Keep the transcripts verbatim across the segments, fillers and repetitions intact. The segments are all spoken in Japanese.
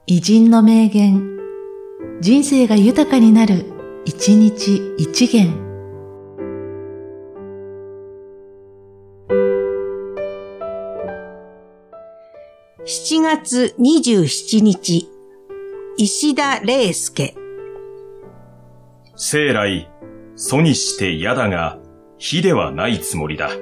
偉人の名言、人生が豊かになる、一日一元。 しちがつにじゅうしちにち、石田礼介。 生来、祖にして嫌だが、非ではないつもりだ。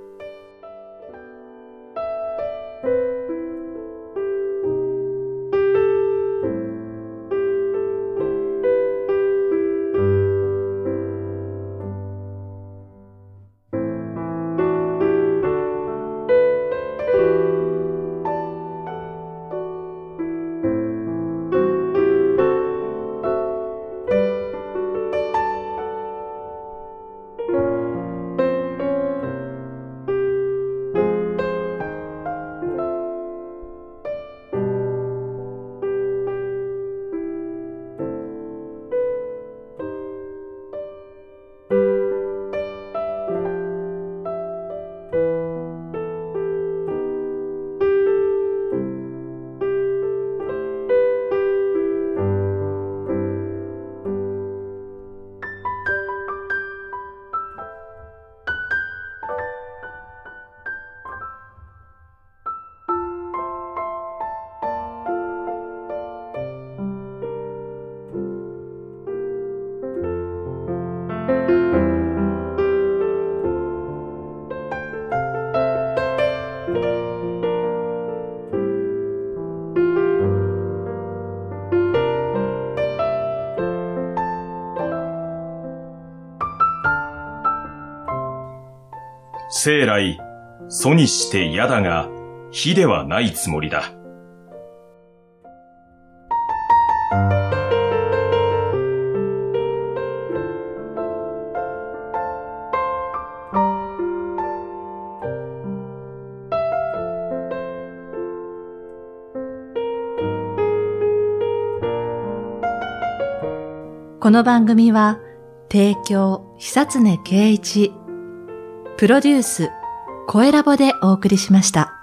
生来、祖にして嫌だが、非ではないつもりだ。 この番組は、提供、久常圭一、プロデュース、声ラボでお送りしました。